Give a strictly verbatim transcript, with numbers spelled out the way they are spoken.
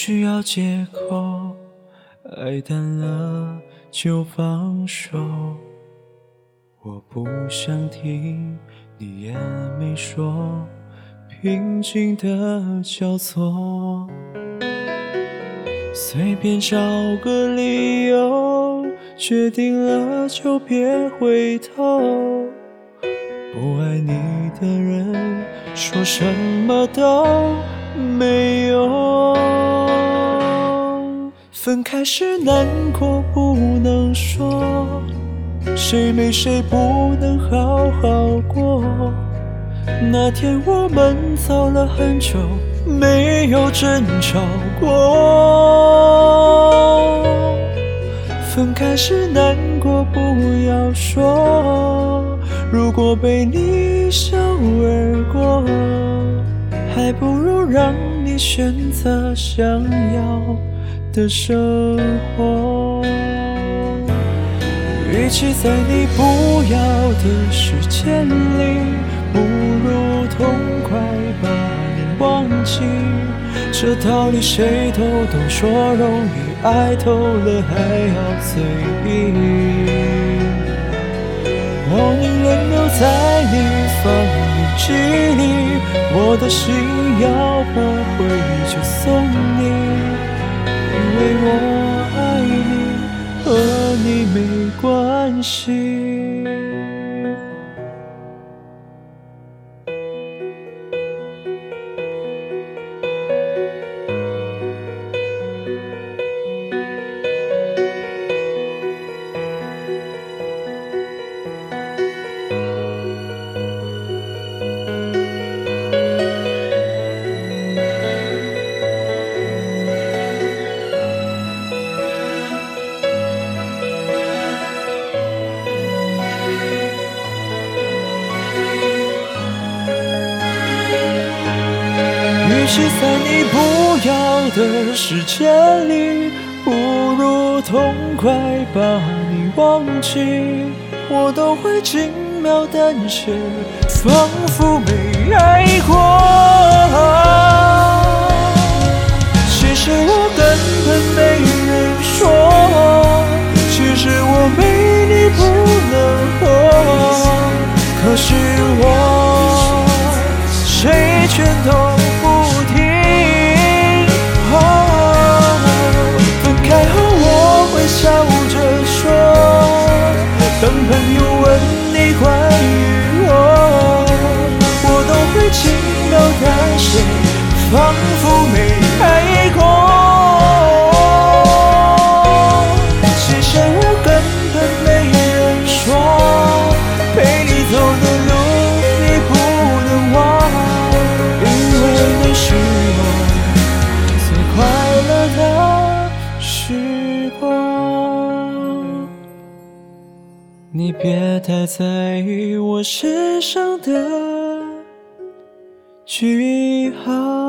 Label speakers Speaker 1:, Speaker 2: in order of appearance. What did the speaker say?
Speaker 1: 需要借口，爱淡了就放手。我不想听，你也没说，平静的交错，随便找个理由，决定了就别回头。不爱你的人，说什么都没用。分开时难过不能说，谁没谁不能好好过。那天我们走了很久，没有争吵过。分开时难过不要说，如果被你笑而过，还不如让你选择想要的生活。与其在你不要的时间里，不如痛快把你忘记。这道理谁都懂，说容易，爱透了还要嘴硬。我宁愿留在你放映机里，我的心要不回就送你，因为我爱你，和你没关系。与其在你不要的时间里，不如痛快把你忘记。我都会轻描淡写，仿佛没爱过。其实我根本没人说，其实我没你不能活。可是我谁劝都笑着说，当朋友问你关于我，我都会轻描淡写，仿佛没爱过。其实我根本没人说，陪你走的路你不能忘，因为那是我最快乐的时光。你别太在意我身上的句号。